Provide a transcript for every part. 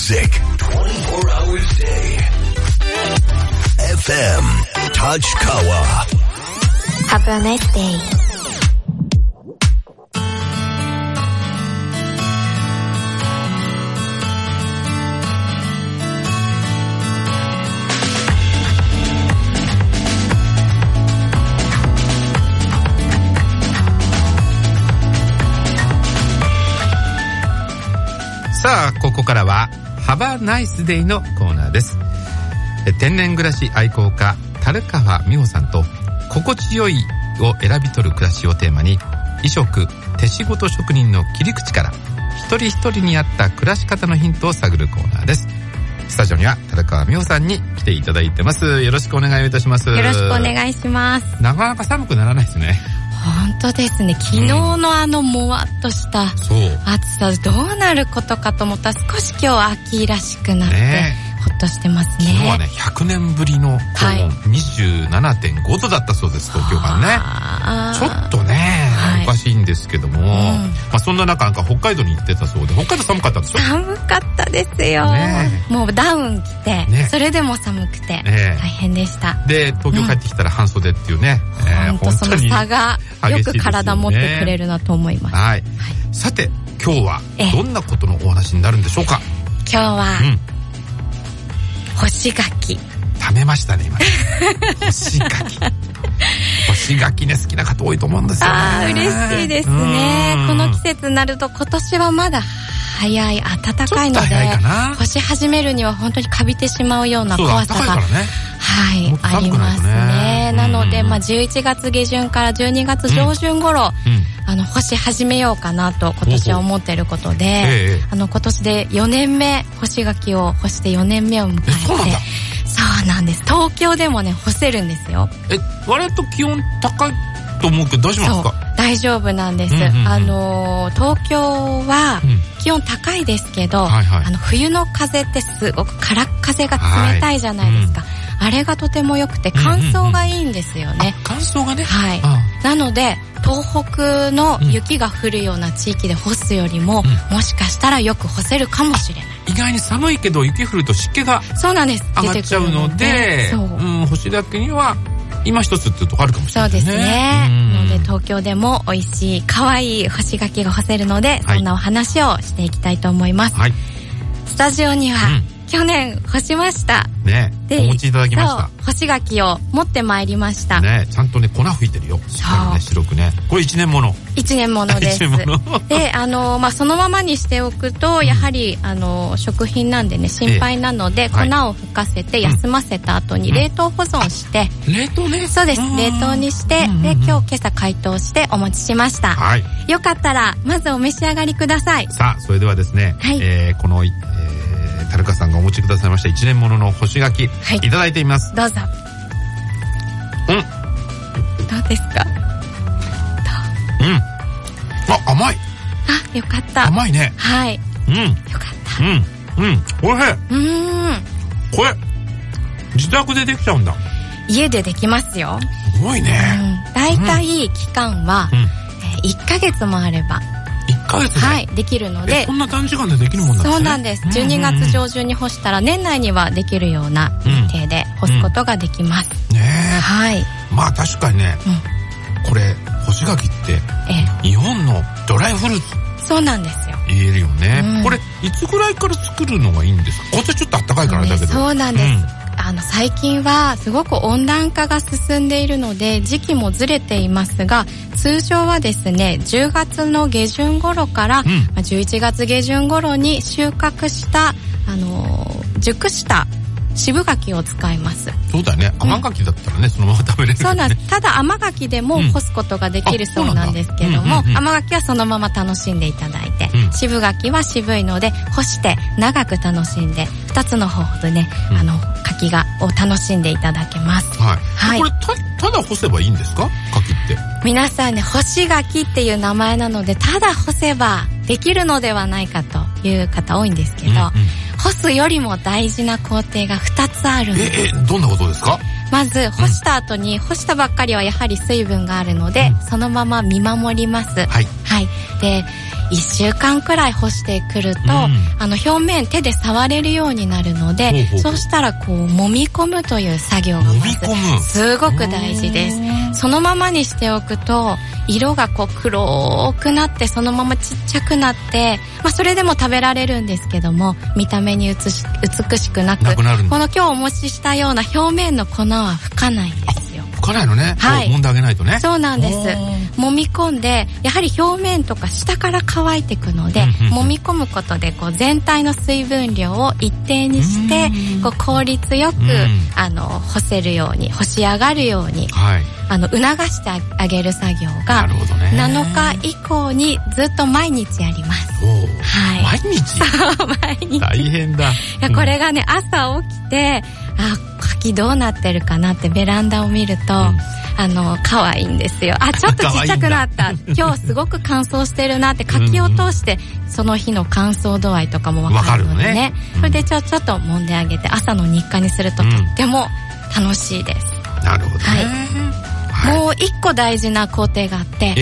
music 24 hours a day. FM Tochikawa. Have a nice day. さあ、ここからはHave a nice dayのコーナーです。天然暮らし愛好家樽川美穂さんと心地よいを選び取る暮らしをテーマに、衣食手仕事職人の切り口から一人一人に合った暮らし方のヒントを探るコーナーです。スタジオには樽川美穂さんに来ていただいてます。よろしくお願いいたします。 よろしくお願いします。 なかなか寒くならないですね。 本当ですね。昨日のもわっとした暑さ、どうなることかと思ったら少し今日秋らしくなって、ほっとしてますね。 昨日はね、100年ぶりの高温、27.5 度だったそうです、東京からね。ちょっとね、おかしいんですけども、そんな中、北海道に行ってたそうで、北海道寒かったでしょ？ 寒かったですよ。もうダウン着て、それでも寒くて、大変でした。 で、東京帰ってきたら半袖っていうね、 本当その差がよく体持ってくれるなと思います。 はい。さて、今日はどんなことのお話になるんでしょうか？ 今日は、干し柿。 食べましたね、今。干し柿。干し柿ね、好きな方多いと思うんですよね。 嬉しいですね。この季節になると、今年はまだ早い、暖かいので、干し始めるには本当にカビてしまうような怖さが、ありますね。なので、11月下旬から12月上旬頃、干し始めようかなと今年は思っていることで、今年で4年目、干し柿を干して4年目を迎えて、そうなんです。東京でもね、干せるんですよ。 割と気温高いと思うけど大丈夫なんですか？ 大丈夫なんです。東京は気温高いですけど、冬の風ってすごくからっ風が冷たいじゃないですか。あれがとても良くて乾燥がいいんですよね。 乾燥がね。 はい。なので東北の雪が降るような地域で干すよりも、もしかしたらよく干せるかもしれない。 意外に寒いけど雪降ると湿気が上がっちゃうので、干し柿には今一つっていうとこあるかもしれないですね。 そうですね。なので東京でも美味しい可愛い干し柿が干せるので、そんなお話をしていきたいと思います。スタジオには、去年干しました。 ね、お持ちいただきました。 干し柿を持ってまいりました。 ね、ちゃんとね、粉吹いてるよ。しっかりね、白くね。これ1年もの。 1年ものです。で、そのままにしておくと、やはり、食品なんでね、心配なので、粉を吹かせて、休ませた後に冷凍保存して。 冷凍ね。 そうです。冷凍にして、で、今朝解凍してお持ちしました。よかったら、まずお召し上がりください。 さあ、それではですね、この、樽川さんがお持ちくださいました1年ものの干し柿、いただいてみます。 どうぞ。どうですか？ 甘い。 よかった。 甘いね。 はい。よかった。 おいしい。これ自宅でできちゃうんだ。 家でできますよ。 すごいね。 だいたい期間は1ヶ月もあれば。 1ヶ月でできるので。 そんな短時間でできるもんなんですね。 そうなんです。12月上旬に干したら年内にはできるような日程で干すことができます。 確かにね、これ干し柿って日本のドライフルーツ。 そうなんですよ。 言えるよね。これいつぐらいから作るのがいいんですか？こっちちょっと暖かいからだけど。 そうなんです。最近はすごく温暖化が進んでいるので時期もずれていますが、通常はですね、10月の下旬頃から11月下旬頃に収穫した熟した渋柿を使います。 そうだね。甘柿だったらね、そのまま食べれる、ね。 そうなんです。ただ甘柿でも干すことができるそうなんですけども、甘柿はそのまま楽しんでいただいて、渋柿は渋いので干して長く楽しんで、2つの方法でね、柿を楽しんでいただけます。 これただ干せばいいんですか？柿って。 皆さんね、干し柿っていう名前なので、ただ干せばできるのではないかという方多いんですけど、干すよりも大事な工程が2つあるんです。 どんなことですか？ まず干した後に、干したばっかりはやはり水分があるので、そのまま見守ります。で、 1週間くらい干してくると、表面手で触れるようになるので、そうしたらこう揉み込むという作業がまずすごく大事です。そのままにしておくと色がこう黒くなってそのままちっちゃくなって、それでも食べられるんですけども、見た目に美しくなくこの今日お持ちしたような表面の粉は吹かないんですよ。 吹かないのね。はい。揉んであげないとね。 そうなんです。揉み込んで、やはり表面とか下から乾いていくので、揉み込むことでこう全体の水分量を一定にして、こう効率よく干せるように、干し上がるように、はい、促してあげる作業が7日以降にずっと毎日やります。 はい。毎日？ 毎日。 大変だ。いや、これがね、朝起きて、柿どうなってるかなってベランダを見ると、可愛いんですよ。ちょっとちっちゃくなった。今日すごく乾燥してるなって柿を通して、その日の乾燥度合いとかもわかるのでね。それでちょっと揉んであげて、朝の日課にするととっても楽しいです。 なるほどね。 はい。もう一個大事な工程があって、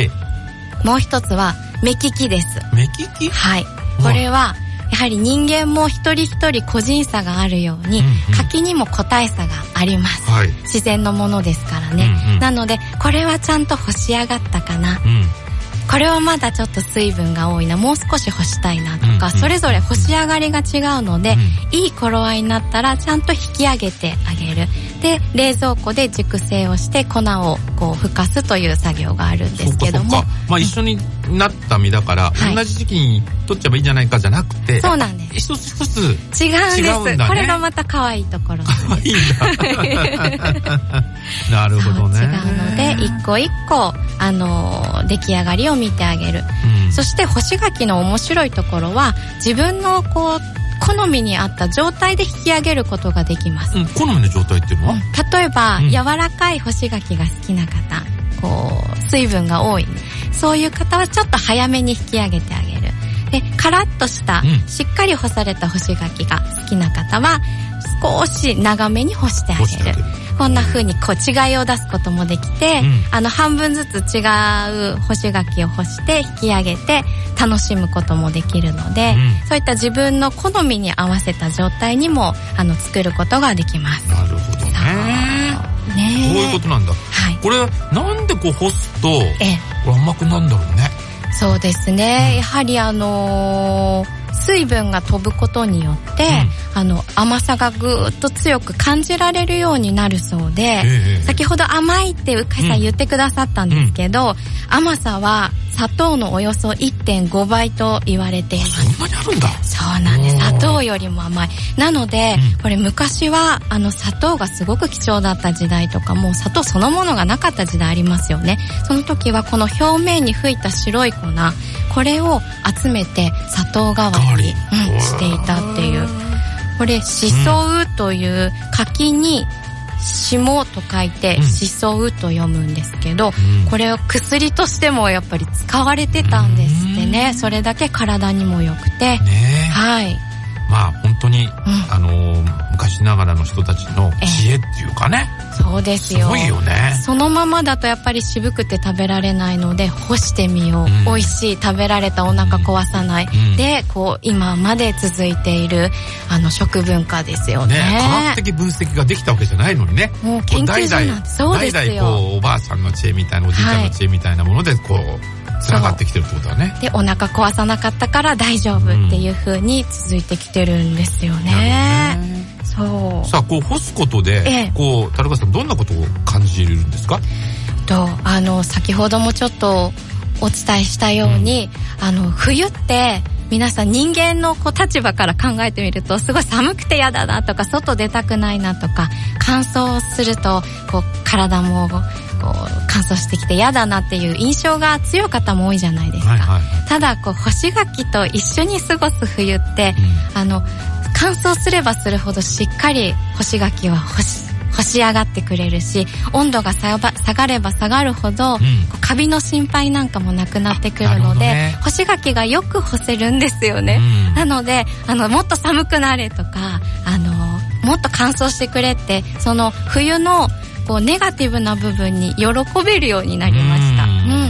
もう一つは目利きです。 目利き？ はい。これは、やはり人間も一人一人個人差があるように、柿にも個体差があります。はい、自然のものですからね。なので、これはちゃんと干し上がったかな。これはまだちょっと水分が多いな、もう少し干したいなとか、それぞれ干し上がりが違うので、いい頃合いになったらちゃんと引き上げてあげる。で、冷蔵庫で熟成をして粉をこうふかすという作業があるんですけども。 一緒になった実だから、同じ時期に取っちゃえばいいんじゃないかじゃなくて、 そうなんです。 一つ一つ違うんです。これがまた可愛いところ。 可愛いんだ。なるほどね。 違うので、一個一個、出来上がりを見てあげる。そして干し柿の面白いところは、自分のこう、好みに合った状態で引き上げることができます。 好みの状態っていうのは？ 例えば、柔らかい干し柿が好きな方、こう、水分が多い。そういう方はちょっと早めに引き上げてあげる。で、カラッとした、しっかり干された干し柿が好きな方は、少し長めに干してあげる。こんな風にこう違いを出すこともできて、半分ずつ違う干し柿を干して引き上げて楽しむこともできるので、そういった自分の好みに合わせた状態にも作ることができます。 なるほどね。そういうことなんだ。はい。これなんでこう干すとこれ甘くなるんだろうね。 そうですね。やはり水分が飛ぶことによって、甘さがぐーっと強く感じられるようになるそうで、先ほど甘いってうっかりさん言ってくださったんですけど、甘さは砂糖のおよそ 1.5 倍と言われています。 そんなにあるんだ。 そうなんです。砂糖よりも甘い。なので、これ昔は砂糖がすごく貴重だった時代とか、もう砂糖そのものがなかった時代ありますよね。その時はこの表面に吹いた白い粉、これを集めて砂糖代わりに、していたっていう。これ、しそうという柿に霜と書いてしそうと読むんですけど、これを薬としてもやっぱり使われてたんですってね。それだけ体にも良くて、はい。 まあ本当に、昔ながらの人たちの知恵っていうかね。 そうですよ。 すごいよね。 そのままだとやっぱり渋くて食べられないので、干してみよう。美味しい、食べられた、お腹壊さない。で、こう、今まで続いている、食文化ですよね。 科学的分析ができたわけじゃないのにね。 もう研究所なんて、そうですよ。 代々こう、おばあさんの知恵みたいな、おじいちゃんの知恵みたいなもので、こう、繋がってきてるってことだね。 で、お腹壊さなかったから大丈夫っていう風に続いてきてるんですよね。そう。 さあ、こう干すことで、こう、樽川さんどんなことを感じるんですか？ 先ほどもちょっとお伝えしたように、冬って皆さん人間のこう立場から考えてみると、すごい寒くて嫌だなとか、外出たくないなとか、乾燥するとこう体もこう乾燥してきて嫌だなっていう印象が強い方も多いじゃないですか。ただこう干し柿と一緒に過ごす冬って、乾燥すればするほどしっかり干し柿は干し上がってくれるし、温度が下がれば下がるほど、カビの心配なんかもなくなってくるので、干し柿がよく干せるんですよね。なのでもっと寒くなれとか、もっと乾燥してくれって、その冬のこうネガティブな部分に喜べるようになりました。 そう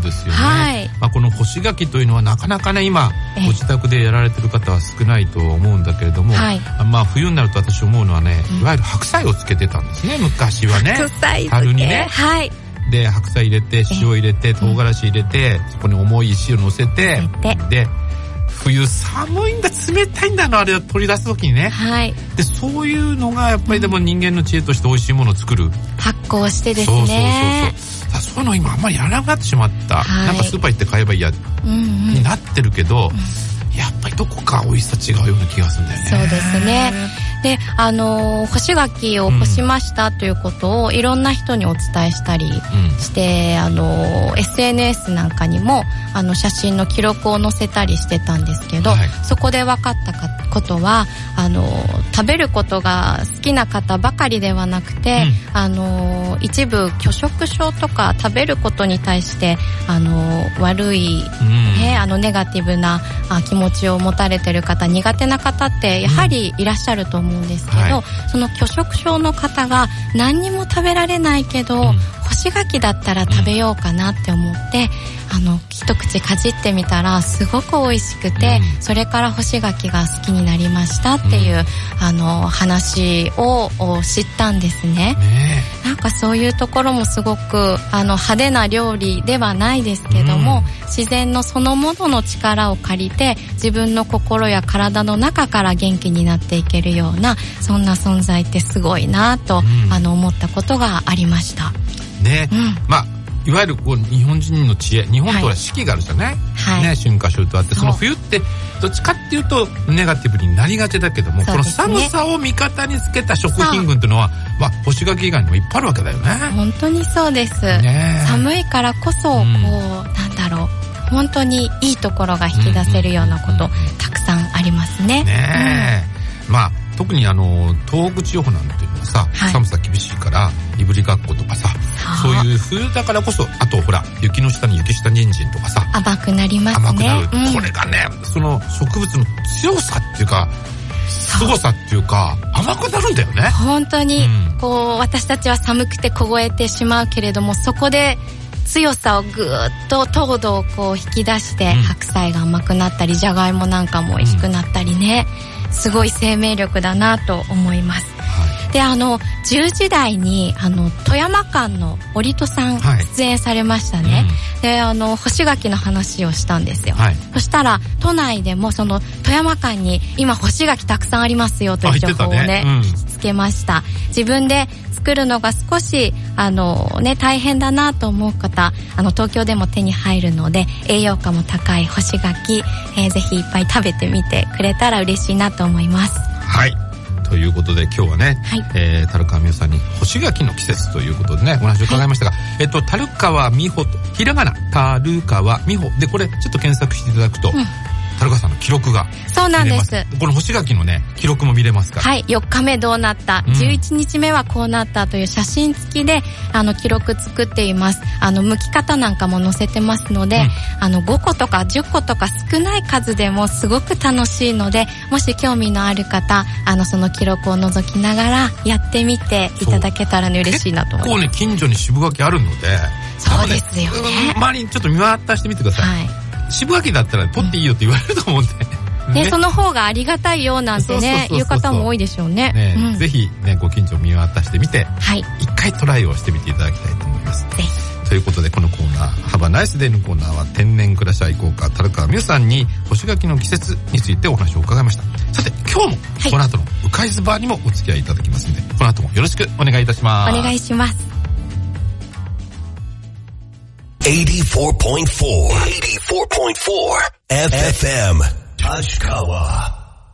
ですよね。この干し柿というのはなかなかね、今ご自宅でやられてる方は少ないと思うんだけれども、冬になると私思うのはね、いわゆる白菜をつけてたんですね、昔はね。 白菜春にね。で、白菜入れて、塩入れて、唐辛子入れて、そこに重い石を乗せて、で、冬寒いんだ、冷たいんだの、あれを取り出すときにね。で、そういうのがやっぱりでも人間の知恵として美味しいものを作る。 発酵してですね。 そういうの今あんまりやらなくなってしまった。なんかスーパー行って買えばいいや、になってるけど、やっぱりどこか美味しさ違うような気がするんだよね。 そうですね。で、干し柿を干しましたということをいろんな人にお伝えしたりして、SNS なんかにも写真の記録を載せたりしてたんですけど、そこで分かったことは、食べることが好きな方ばかりではなくて、一部拒食症とか食べることに対して悪い、ネガティブな気持ちを持たれてる方、苦手な方ってやはりいらっしゃると思うんですけど、その拒食症の方が何にも食べられないけど、干し柿だったら食べようかなって思って、一口かじってみたらすごく美味しくて、それから干し柿が好きになりましたっていう、話を知ったんですね。なんかそういうところもすごく派手な料理ではないですけども、自然のそのものの力を借りて自分の心や体の中から元気になっていけるような、そんな存在ってすごいなと、思ったことがありましたね。 いわゆる日本人の知恵、日本とは四季があるじゃない、春夏秋冬あって、その冬ってどっちかっていうとネガティブになりがちだけども、この寒さを味方につけた食品群っていうのは、干し柿以外にもいっぱいあるわけだよね。 本当にそうです。寒いからこそ、本当にいいところが引き出せるようなこと、たくさんありますね。 特に東北地方なんていうのはさ、寒さ厳しいからいぶりがっことかさ、そういう冬だからこそ、あとほら雪の下に雪下人参とかさ、 甘くなりますね。 甘くなる、これがね、その植物の強さっていうか凄さっていうか甘くなるんだよね。 本当に、私たちは寒くて凍えてしまうけれども、そこで強さをぐーっと糖度を引き出して、白菜が甘くなったり、じゃがいもなんかも美味しくなったりね、すごい生命力だなと思います。で、10時台に富山間の織戸さん出演されましたね。で、干し柿の話をしたんですよ。そしたら都内でもその富山間に今干し柿たくさんありますよという情報をね、聞きつけました。自分で作るのが少し大変だなと思う方、東京でも手に入るので栄養価も高い干し柿、ぜひいっぱい食べてみてくれたら嬉しいなと思います。 ということで今日はね、樽川美穂さんに干し柿の季節ということでね、お話を伺いましたが、樽川美穂とひらがな樽川美穂で、これちょっと検索していただくと、樽川さんの記録がそうなんです。 この干し柿のね記録も見れますから。 4日目どうなった、11日目はこうなったという写真付きで記録作っています。剥き方なんかも載せてますので、5個とか10個とか少ない数でもすごく楽しいので、もし興味のある方その記録を覗きながらやってみていただけたら嬉しいなと思います。 結構ね近所に渋柿あるので、 そうですよね。 周りにちょっと見渡してみてください。渋柿だったら取っていいよって言われると思うんで、 その方がありがたいよなんてね言う方も多いでしょうね。 ぜひねご近所見渡してみて、一回トライをしてみていただきたいと思います。ということでこのコーナー、ハバナイスデーのコーナーは天然暮らし愛好家樽川美穂さんに干し柿の季節についてお話を伺いました。さて今日もこの後のうかいズバーにもお付き合いいただきますので、この後もよろしくお願いいたします。 お願いします。 84.4 FM Tachikawa。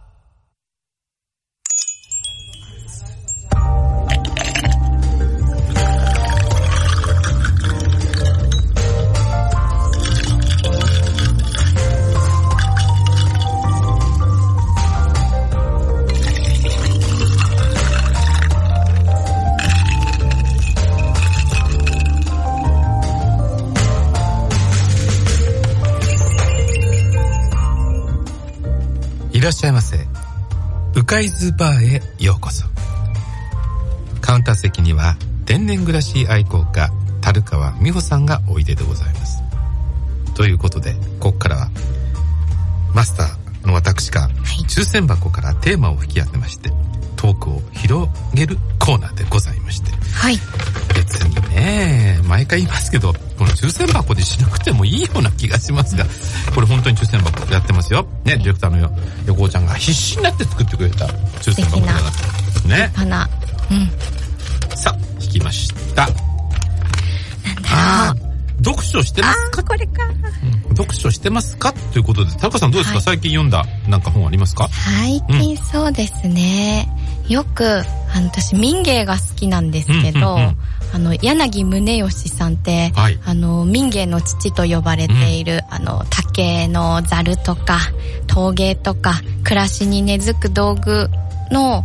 いらっしゃいませ。うかいズバーへようこそ。カウンター席には天然暮らし愛好家樽川美穂さんがおいででございます。 ということで、ここからはマスターの私が抽選箱からテーマを引き当てまして、トークを広げるコーナーでございまして、 はい、 別にね、毎回言いますけど、この抽選箱でしなくてもいいような気がしますが、これ本当に抽選箱やってますよね。ディレクターの横尾ちゃんが必死になって作ってくれた抽選箱だね。 立派な、 さあ引きました。 なんだろう。 読書してますか？ これか、 読書してますかということで、田中さんどうですか、最近読んだなんか本ありますか？ 最近そうですね、よく私民芸が好きなんですけど、柳宗悦さんって、民芸の父と呼ばれている、竹のざるとか陶芸とか暮らしに根付く道具の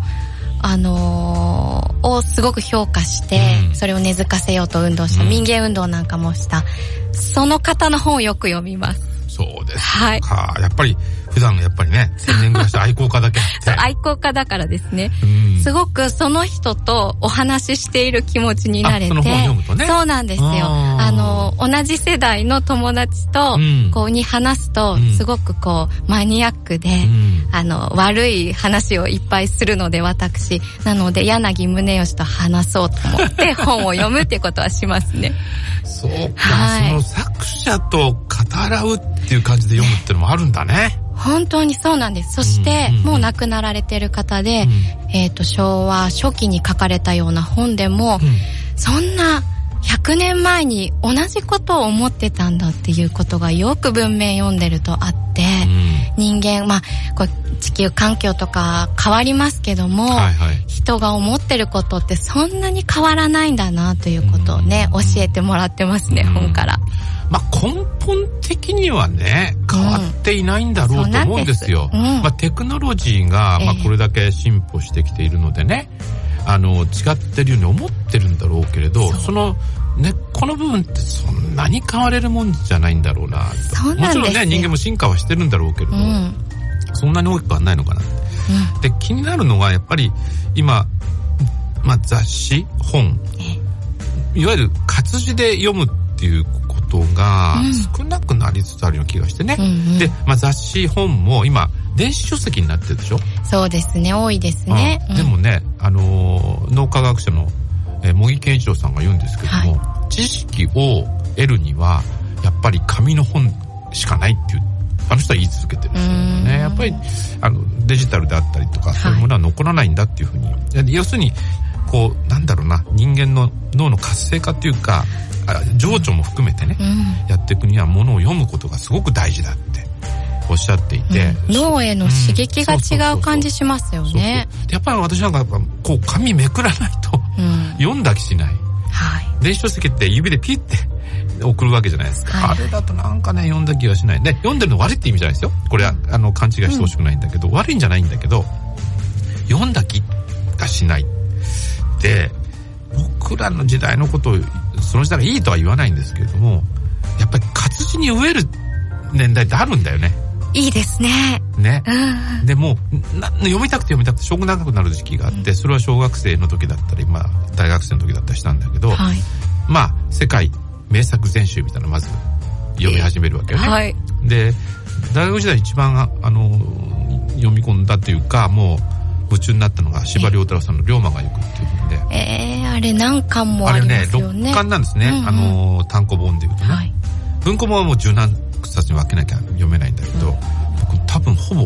をすごく評価して、それを根付かせようと運動した、民芸運動なんかもした、その方の本をよく読みます。 そうですか、やっぱり普段やっぱりね、1000年ぐらいして愛好家だけあって愛好家だからですね、すごくその人とお話ししている気持ちになれて、 その本を読むとね、 そうなんですよ。同じ世代の友達とこうに話すと、すごくこうマニアックで、悪い話をいっぱいするので、私なので柳宗悦と話そうと思って本を読むっていうことはしますね。 そうか、その作者と語らうっていう感じで読むっていうのもあるんだね。 本当にそうなんです。そして、もう亡くなられてる方で、昭和初期に書かれたような本でも、そんな100年前に同じことを思ってたんだっていうことがよく文面読んでるとあって、人間、こう地球環境とか変わりますけども、人が思ってることってそんなに変わらないんだなということをね、教えてもらってますね、本から。 根本的にはね、変わっていないんだろうと思うんですよ。テクノロジーが、これだけ進歩してきているのでね、違ってるように思ってるんだろうけれど、その根っこの部分ってそんなに変われるもんじゃないんだろうなと。もちろんね、人間も進化はしてるんだろうけれど、そんなに大きくはないのかなって。で、気になるのがやっぱり今、雑誌、本、いわゆる活字で読むっていうことが少なくなりつつあるような気がしてね。で、雑誌、本も今電子書籍になってるでしょ。 そうですね、多いですね。 でもね、脳科学者の茂木健一郎さんが言うんですけども、知識を得るにはやっぱり紙の本しかないっていう、あの人は言い続けてるんですよね。やっぱりデジタルであったりとか、そういうものは残らないんだっていうふうに、要するにこうなんだろうな、人間の脳の活性化っていうか、情緒も含めてね、やっていくにはものを読むことがすごく大事だっておっしゃっていて、 脳への刺激が違う感じしますよね。 やっぱり私なんかこう紙めくらないと読んだ気しない。電子書籍って指でピッて送るわけじゃないですか。あれだとなんかね、読んだ気がしない。で、読んでるの悪いって意味じゃないですよ。これは勘違いしてほしくないんだけど、悪いんじゃないんだけど、読んだ気がしない。で、僕らの時代のことをその時代がいいとは言わないんですけれども、やっぱり活字に飢える年代ってあるんだよね。 いいですね。 ね。でも読みたくて小学長くなる時期があって、それは小学生の時だったり、大学生の時だったりしたんだけど、世界名作全集みたいなのまず読み始めるわけよね。で、大学時代一番読み込んだっていうか、もう夢中になったのが司馬遼太郎さんの龍馬が行くっていう本で、 あれ何巻もありますよね。 6巻なんですね。単行本でいうとね。文庫本はもう十何冊に分けなきゃ読めないんだけど、僕多分ほぼ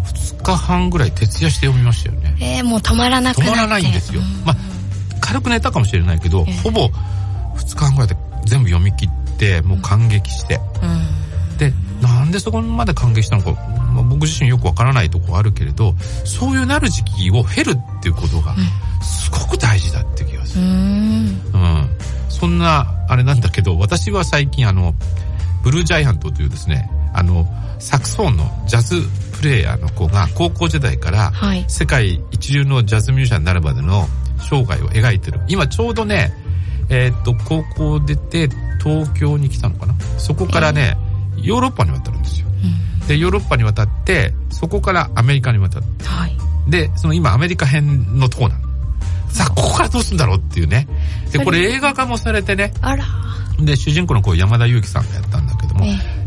2日半ぐらい徹夜して読みましたよね。もう止まらなくなって。止まらないんですよ。軽く寝たかもしれないけど、ほぼ2日半ぐらいで全部読み切って、もう感激して。で、なんでそこまで感激したのか、僕自身よくわからないところあるけれど、そういうなる時期を経るっていうことがすごく大事だって気がする。そんなあれなんだけど、私は最近ブルージャイアントというですね、サクソフォンのジャズプレイヤーの子が高校時代から世界一流のジャズミュージシャンになるまでの生涯を描いてる。今ちょうどね、高校出て東京に来たのかな。そこからね、ヨーロッパに渡るんですよ。で、ヨーロッパに渡って、そこからアメリカに渡って。で、その今アメリカ編のとこなの。さあ、ここからどうするんだろうっていうね。で、これ映画化もされてね。で、主人公の子山田裕貴さんがやったんだけども、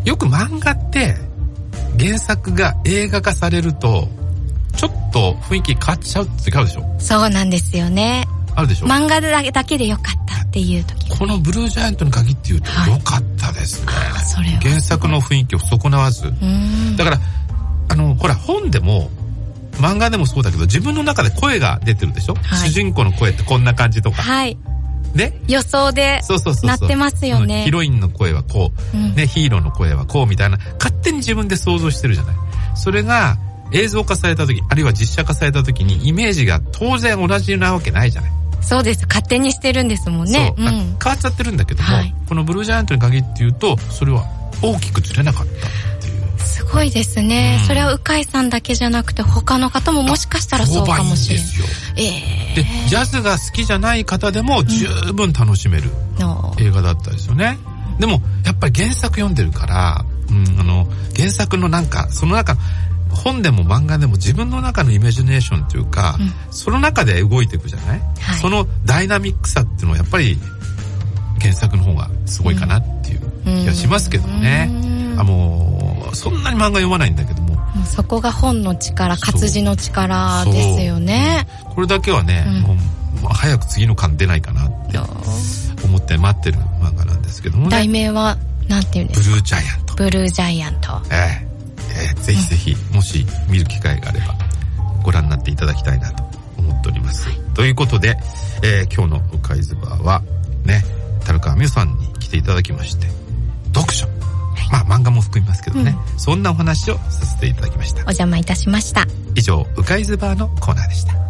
よく漫画って原作が映画化されるとちょっと雰囲気変わっちゃうって違うでしょ。 そうなんですよね。 あるでしょ。 漫画だけでよかったっていう時、 このブルージャイアントに限って言うとよかったですね、 それは原作の雰囲気を損なわず。だからほら本でも漫画でもそうだけど自分の中で声が出てるでしょ、主人公の声ってこんな感じとか、ね、 予想でなってますよね。 ヒロインの声はこう、ね、ヒーローの声はこうみたいな勝手に自分で想像してるじゃない。それが映像化された時、あるいは実写化された時にイメージが当然同じなわけないじゃない。 そうです。勝手にしてるんですもんね。 変わっちゃってるんだけども、このブルージャイアントに限って言うとそれは大きくずれなかったっていう。 すごいですね。それは鵜飼さんだけじゃなくて他の方ももしかしたらそうかもしれない。 でジャズが好きじゃない方でも十分楽しめる映画だったですよね。でもやっぱり原作読んでるから、原作のなんかその中本でも漫画でも自分の中のイマジネーションというか、その中で動いていくじゃない、そのダイナミックさっていうのはやっぱり原作の方がすごいかなっていう気がしますけどね。もうそんなに漫画読まないんだけども、 そこが本の力、活字の力ですよね。 これだけはね、もう早く次の巻出ないかなって思って待ってる漫画なんですけどもね。 題名はなんていうんですか。 ブルージャイアント。 ブルージャイアント。 ぜひぜひ、もし見る機会があればご覧になっていただきたいなと思っております。ということで、今日の鵜飼ズバーはね、樽川美代さんに来ていただきまして、読書、漫画も含みますけどね、そんなお話をさせていただきました。 お邪魔いたしました。 以上、鵜飼ズバーのコーナーでした。